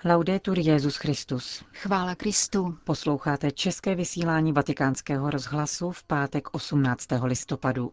Laudetur Jesus Christus. Chvála Kristu. Posloucháte české vysílání Vatikánského rozhlasu v pátek 18. listopadu.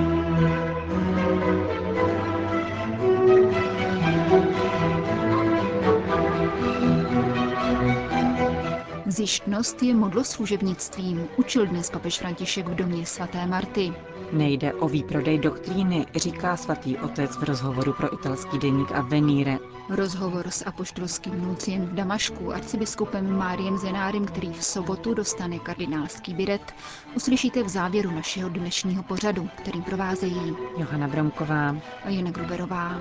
Zištnost je modloslužebnictvím, učil dnes papež František v domě svaté Marty. Nejde o výprodej doktríny, říká svatý otec v rozhovoru pro italský deník Avvenire. Rozhovor s apoštolským nunciem v Damašku, arcibiskupem Máriem Zenárem, který v sobotu dostane kardinálský biret, uslyšíte v závěru našeho dnešního pořadu, kterým provázejí Johana Bromková a Jana Gruberová.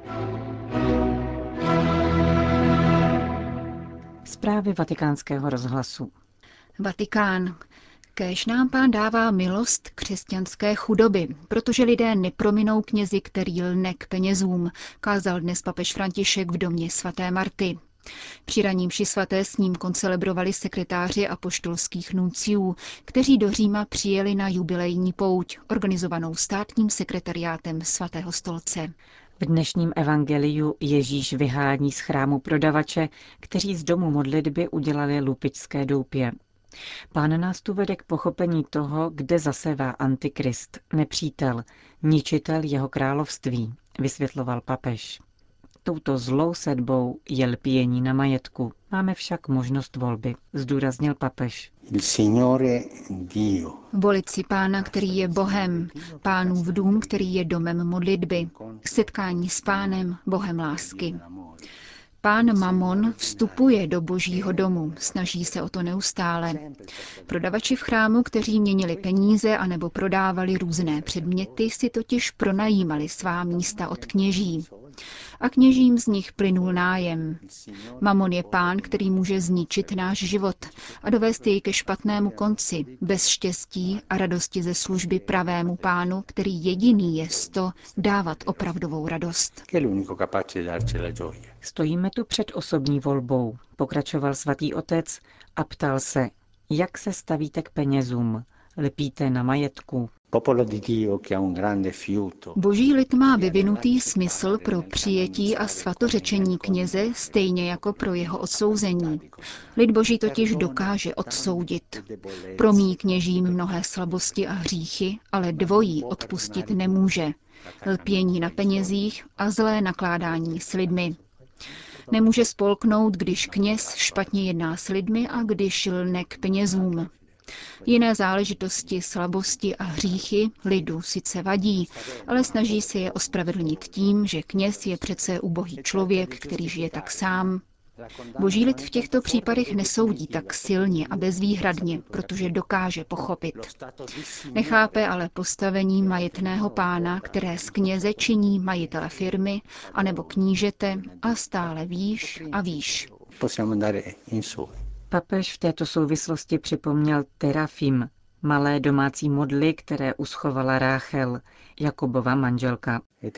Zprávy Vatikánského rozhlasu. Vatikán. Kéž nám Pán dává milost křesťanské chudoby, protože lidé neprominou knězi, který lne k penězům, kázal dnes papež František v domě svaté Marty. Při raní mši svaté s ním koncelebrovali sekretáři apoštolských nunciů, kteří do Říma přijeli na jubilejní pouť, organizovanou státním sekretariátem svatého stolce. V dnešním evangeliu Ježíš vyhání z chrámu prodavače, kteří z domu modlitby udělali lupičské doupě. Pán nás tu vede k pochopení toho, kde zasevá antikrist, nepřítel, ničitel jeho království, vysvětloval papež. Touto zlou sedbou je lpění na majetku. Máme však možnost volby, zdůraznil papež. Volit si Pána, který je Bohem, Pánův dům, který je domem modlitby, setkání s Pánem, Bohem lásky. Pán Mamon vstupuje do Božího domu, snaží se o to neustále. Prodavači v chrámu, kteří měnili peníze anebo prodávali různé předměty, si totiž pronajímali svá místa od kněží. A kněžím z nich plynul nájem. Mamon je pán, který může zničit náš život a dovést jej ke špatnému konci, bez štěstí a radosti ze služby pravému pánu, který jediný je to dávat opravdovou radost. Stojíme tu před osobní volbou, pokračoval svatý otec a ptal se, jak se stavíte k penězům, lpíte na majetku. Boží lid má vyvinutý smysl pro přijetí a svatořečení kněze, stejně jako pro jeho odsouzení. Lid Boží totiž dokáže odsoudit. Promíjí kněžím mnohé slabosti a hříchy, ale dvojí odpustit nemůže. Lpění na penězích a zlé nakládání s lidmi. Nemůže spolknout, když kněz špatně jedná s lidmi a když lne k penězům. Jiné záležitosti, slabosti a hříchy lidu sice vadí, ale snaží se je ospravedlnit tím, že kněz je přece ubohý člověk, který žije tak sám. Boží lid v těchto případech nesoudí tak silně a bezvýhradně, protože dokáže pochopit. Nechápe ale postavení majetného pána, které z kněze činí majitele firmy anebo knížete a stále výš a výš. Papež v této souvislosti připomněl terafim, malé domácí modly, které uschovala Ráchel, Jakobova manželka.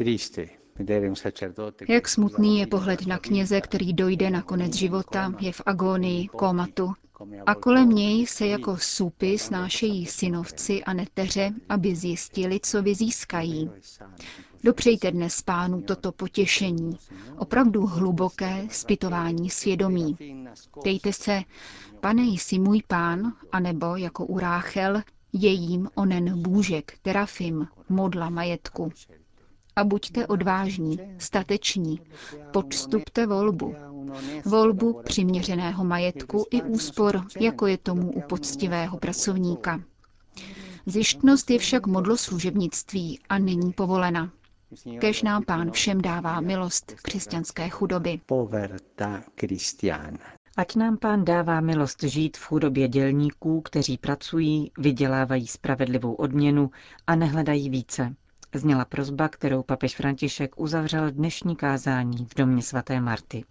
Jak smutný je pohled na kněze, který dojde na konec života, je v agónii, kómatu. A kolem něj se jako supy snášejí synovci a neteře, aby zjistili, co vyzískají. Dopřejte dnes Pánu toto potěšení, opravdu hluboké zpytování svědomí. Ptejte se, Pane, jsi můj pán, anebo jako u Ráchel, jejím onen bůžek, terafim, modla majetku. A buďte odvážní, stateční, podstupte volbu. Volbu přiměřeného majetku i úspor, jako je tomu u poctivého pracovníka. Zištnost je však modloslužebnictví a není povolena. Kéž nám Pán všem dává milost křesťanské chudoby. Ať nám Pán dává milost žít v chudobě dělníků, kteří pracují, vydělávají spravedlivou odměnu a nehledají více. Zněla prosba, kterou papež František uzavřel dnešní kázání v domě svaté Marty.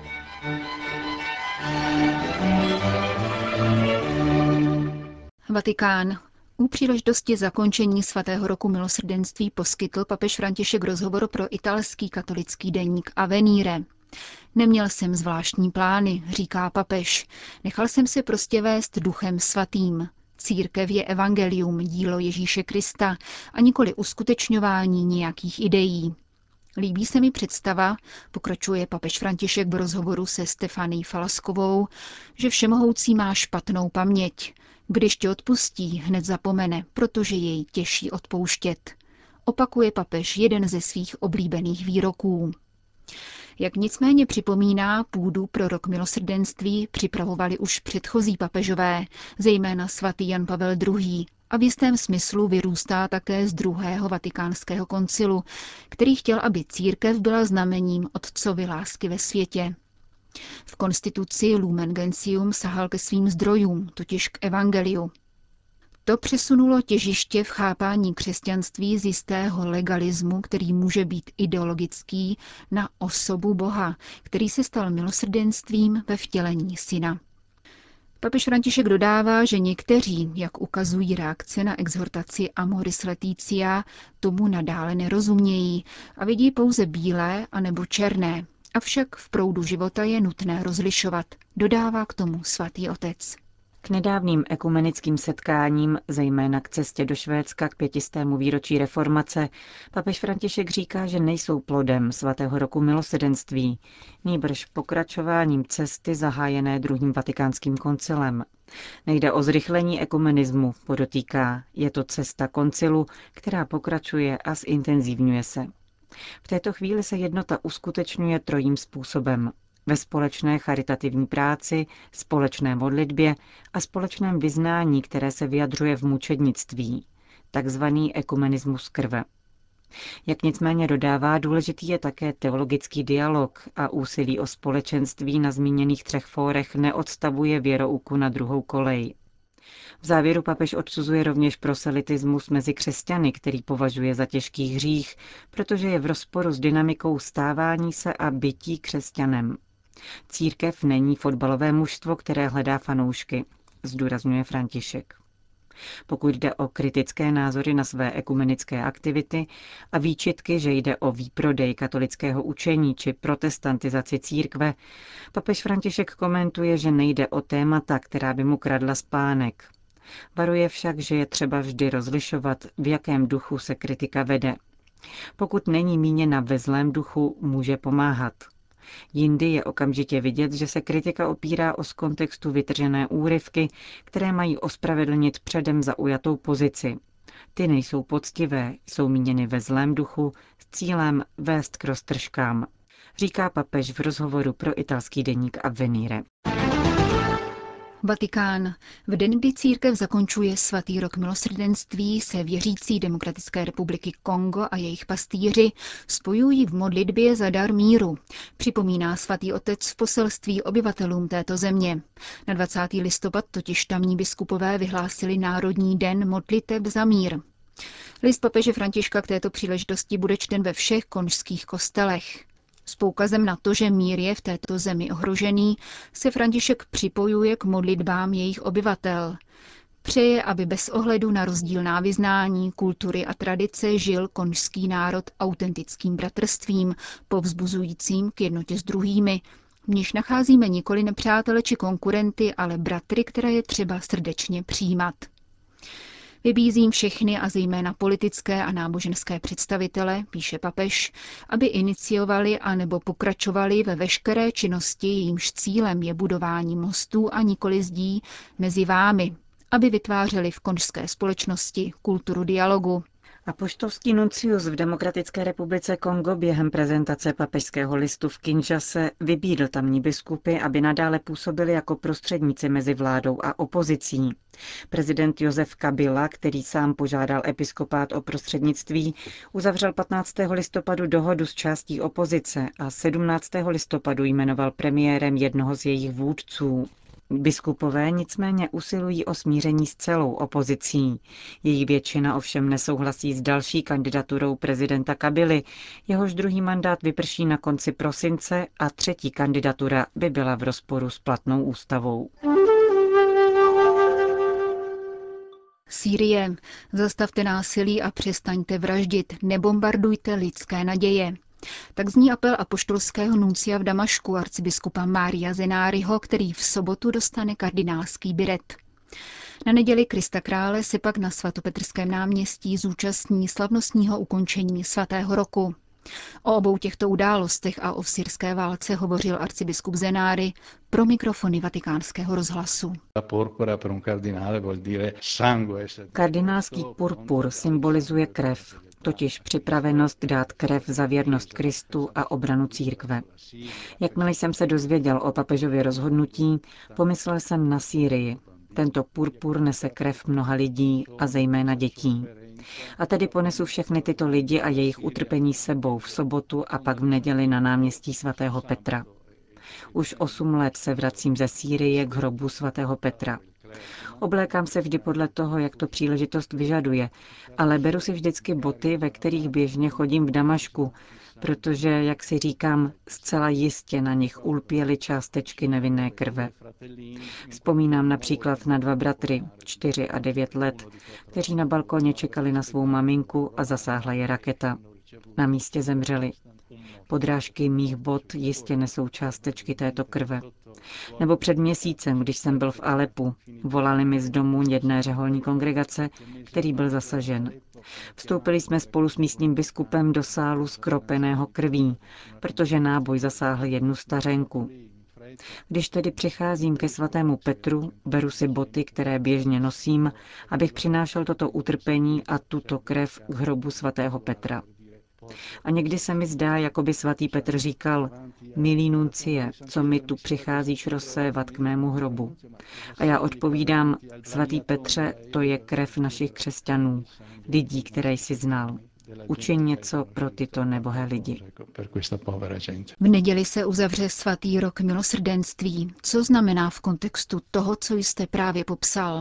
Vatikán. U příležitosti zakončení svatého roku milosrdenství poskytl papež František rozhovor pro italský katolický deník Avvenire. Neměl jsem zvláštní plány, říká papež. Nechal jsem se prostě vést Duchem svatým. Církev je evangelium, dílo Ježíše Krista a nikoli uskutečňování nějakých ideí. Líbí se mi představa, pokračuje papež František v rozhovoru se Stefanií Falaskovou, že všemohoucí má špatnou paměť. Když ti odpustí, hned zapomene, protože jej těší odpouštět. Opakuje papež jeden ze svých oblíbených výroků. Jak nicméně připomíná, půdu pro rok milosrdenství připravovali už předchozí papežové, zejména svatý Jan Pavel II. A v jistém smyslu vyrůstá také z druhého vatikánského koncilu, který chtěl, aby církev byla znamením otcovy lásky ve světě. V konstituci Lumen Gentium sahal ke svým zdrojům, totiž k evangeliu. To přesunulo těžiště v chápání křesťanství z jistého legalismu, který může být ideologický, na osobu Boha, který se stal milosrdenstvím ve vtělení syna. Papež František dodává, že někteří, jak ukazují reakce na exhortaci Amoris Laetitia, tomu nadále nerozumějí a vidí pouze bílé anebo černé. Avšak v proudu života je nutné rozlišovat, dodává k tomu svatý otec. K nedávným ekumenickým setkáním, zejména k cestě do Švédska k 500. výročí reformace, papež František říká, že nejsou plodem svatého roku milosrdenství, nýbrž pokračováním cesty zahájené druhým vatikánským koncilem. Nejde o zrychlení ekumenismu, podotýká, je to cesta koncilu, která pokračuje a zintenzivňuje se. V této chvíli se jednota uskutečňuje trojím způsobem. Ve společné charitativní práci, společné modlitbě a společném vyznání, které se vyjadřuje v mučednictví, takzvaný ekumenismus krve. Jak nicméně dodává, důležitý je také teologický dialog a úsilí o společenství na zmíněných 3 fórech neodstavuje věrouku na druhou kolej. V závěru papež odsuzuje rovněž proselitismus mezi křesťany, který považuje za těžký hřích, protože je v rozporu s dynamikou stávání se a bytí křesťanem. Církev není fotbalové mužstvo, které hledá fanoušky, zdůrazňuje František. Pokud jde o kritické názory na své ekumenické aktivity a výčitky, že jde o výprodej katolického učení či protestantizaci církve, papež František komentuje, že nejde o témata, která by mu kradla spánek. Varuje však, že je třeba vždy rozlišovat, v jakém duchu se kritika vede. Pokud není míněna ve zlém duchu, může pomáhat. Jindy je okamžitě vidět, že se kritika opírá o z kontextu vytržené úryvky, které mají ospravedlnit předem zaujatou pozici. Ty nejsou poctivé, jsou míněny ve zlém duchu s cílem vést k roztržkám, říká papež v rozhovoru pro italský deník Avvenire. Vatikán. V den, kdy církev zakončuje svatý rok milosrdenství, se věřící Demokratické republiky Kongo a jejich pastýři spojují v modlitbě za dar míru, připomíná svatý otec v poselství obyvatelům této země. Na 20. listopad totiž tamní biskupové vyhlásili Národní den modliteb za mír. List papeže Františka k této příležitosti bude čten ve všech konžských kostelech. S poukazem na to, že mír je v této zemi ohrožený, se František připojuje k modlitbám jejich obyvatel. Přeje, aby bez ohledu na rozdílná vyznání, kultury a tradice žil konžský národ autentickým bratrstvím, povzbuzujícím k jednotě s druhými, v níž nacházíme nikoli nepřátele či konkurenty, ale bratry, které je třeba srdečně přijímat. Vybízím všechny a zejména politické a náboženské představitele, píše papež, aby iniciovali anebo pokračovali ve veškeré činnosti, jejímž cílem je budování mostů a nikoli zdí mezi vámi, aby vytvářeli v konžské společnosti kulturu dialogu. Apoštolský nuncius v Demokratické republice Kongo během prezentace papežského listu v Kinshase vybídl tamní biskupy, aby nadále působili jako prostředníci mezi vládou a opozicí. Prezident Josef Kabila, který sám požádal episkopát o prostřednictví, uzavřel 15. listopadu dohodu s částí opozice a 17. listopadu jmenoval premiérem jednoho z jejich vůdců. Biskupové nicméně usilují o smíření s celou opozicí. Její většina ovšem nesouhlasí s další kandidaturou prezidenta Kabily, jehož druhý mandát vyprší na konci prosince a třetí kandidatura by byla v rozporu s platnou ústavou. Sýrie. Zastavte násilí a přestaňte vraždit, nebombardujte lidské naděje. Tak zní apel apoštolského nuncia v Damašku arcibiskupa Mária Zenáriho, který v sobotu dostane kardinálský biret. Na neděli Krista Krále se pak na svatopetrském náměstí zúčastní slavnostního ukončení svatého roku. O obou těchto událostech a o syrské válce hovořil arcibiskup Zenari pro mikrofony Vatikánského rozhlasu. Kardinálský purpur symbolizuje krev, totiž připravenost dát krev za věrnost Kristu a obranu církve. Jakmile jsem se dozvěděl o papežově rozhodnutí, pomyslel jsem na Sýrii. Tento purpur nese krev mnoha lidí a zejména dětí. A tedy ponesu všechny tyto lidi a jejich utrpení sebou v sobotu a pak v neděli na náměstí svatého Petra. Už 8 let se vracím ze Sýrie k hrobu svatého Petra. Oblékám se vždy podle toho, jak to příležitost vyžaduje, ale beru si vždycky boty, ve kterých běžně chodím v Damašku, protože, jak si říkám, zcela jistě na nich ulpěly částečky nevinné krve. Vzpomínám například na 2 bratry, 4 a 9 let, kteří na balkoně čekali na svou maminku a zasáhla je raketa. Na místě zemřeli. Podrážky mých bot jistě nesou částečky této krve. Nebo před měsícem, když jsem byl v Alepu, volali mi z domu jedné řeholní kongregace, který byl zasažen. Vstoupili jsme spolu s místním biskupem do sálu skropeného krví, protože náboj zasáhl jednu stařenku. Když tedy přicházím ke svatému Petru, beru si boty, které běžně nosím, abych přinášel toto utrpení a tuto krev k hrobu svatého Petra. A někdy se mi zdá, jako by svatý Petr říkal, milý nuncie, co mi tu přicházíš rozsévat k mému hrobu. A já odpovídám, svatý Petře, to je krev našich křesťanů, lidí, které jsi znal. Učiň něco pro tyto nebohé lidi. V neděli se uzavře svatý rok milosrdenství. Co znamená v kontextu toho, co jste právě popsal?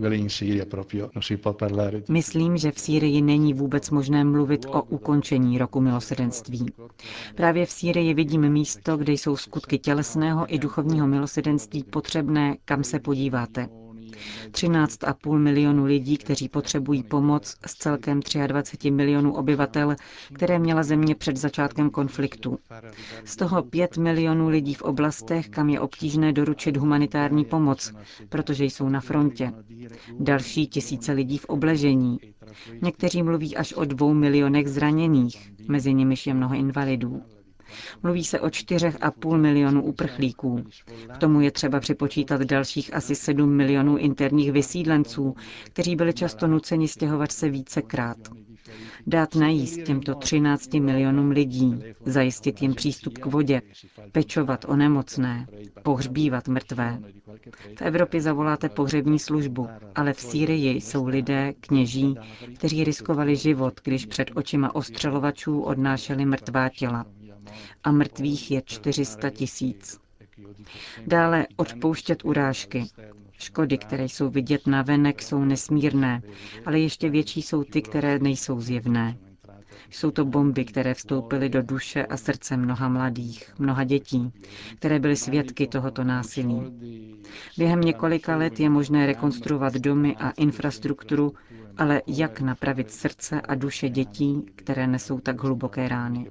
Myslím, že v Sýrii není vůbec možné mluvit o ukončení roku milosrdenství. Právě v Sýrii vidím místo, kde jsou skutky tělesného i duchovního milosrdenství potřebné, kam se podíváte. 13,5 milionu lidí, kteří potřebují pomoc z celkem 23 milionů obyvatel, které měla země před začátkem konfliktu. Z toho 5 milionů lidí v oblastech, kam je obtížné doručit humanitární pomoc, protože jsou na frontě. Další tisíce lidí v obležení. Někteří mluví až o 2 milionech zraněných, mezi nimiž je mnoho invalidů. Mluví se o 4,5 milionů uprchlíků. K tomu je třeba připočítat dalších asi 7 milionů interních vysídlenců, kteří byli často nuceni stěhovat se vícekrát. Dát najíst těmto 13 milionům lidí, zajistit jim přístup k vodě, pečovat o nemocné, pohřbívat mrtvé. V Evropě zavoláte pohřební službu, ale v Sýrii jsou lidé, kněží, kteří riskovali život, když před očima ostřelovačů odnášeli mrtvá těla. A mrtvých je 400 000. Dále odpouštět urážky. Škody, které jsou vidět navenek, jsou nesmírné, ale ještě větší jsou ty, které nejsou zjevné. Jsou to bomby, které vstoupily do duše a srdce mnoha mladých, mnoha dětí, které byly svědky tohoto násilí. Během několika let je možné rekonstruovat domy a infrastrukturu, ale jak napravit srdce a duše dětí, které nesou tak hluboké rány?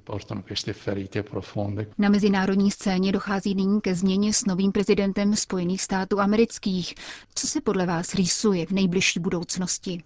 Na mezinárodní scéně dochází nyní ke změně s novým prezidentem Spojených států amerických. Co se podle vás rýsuje v nejbližší budoucnosti?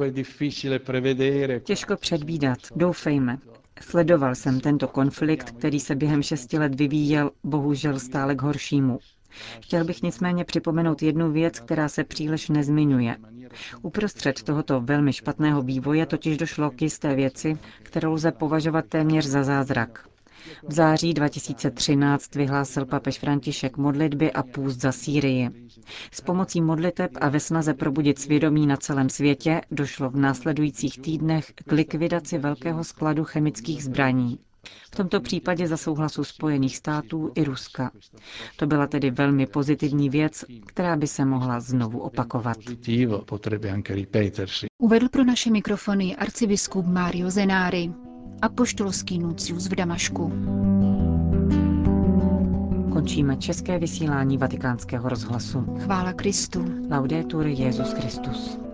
Těžko předvídat, doufejme. Sledoval jsem tento konflikt, který se během 6 let vyvíjel, bohužel stále k horšímu. Chtěl bych nicméně připomenout jednu věc, která se příliš nezmiňuje. Uprostřed tohoto velmi špatného vývoje totiž došlo k jisté věci, kterou lze považovat téměř za zázrak. V září 2013 vyhlásil papež František modlitby a půst za Sýrii. S pomocí modliteb a ve snaze probudit svědomí na celém světě došlo v následujících týdnech k likvidaci velkého skladu chemických zbraní. V tomto případě za souhlasu Spojených států i Ruska. To byla tedy velmi pozitivní věc, která by se mohla znovu opakovat. Uvedl pro naše mikrofony arcibiskup Mario Zenari, apoštolský nuncius v Damašku. Končíme české vysílání Vatikánského rozhlasu. Chvála Kristu. Laudetur Jesus Christus.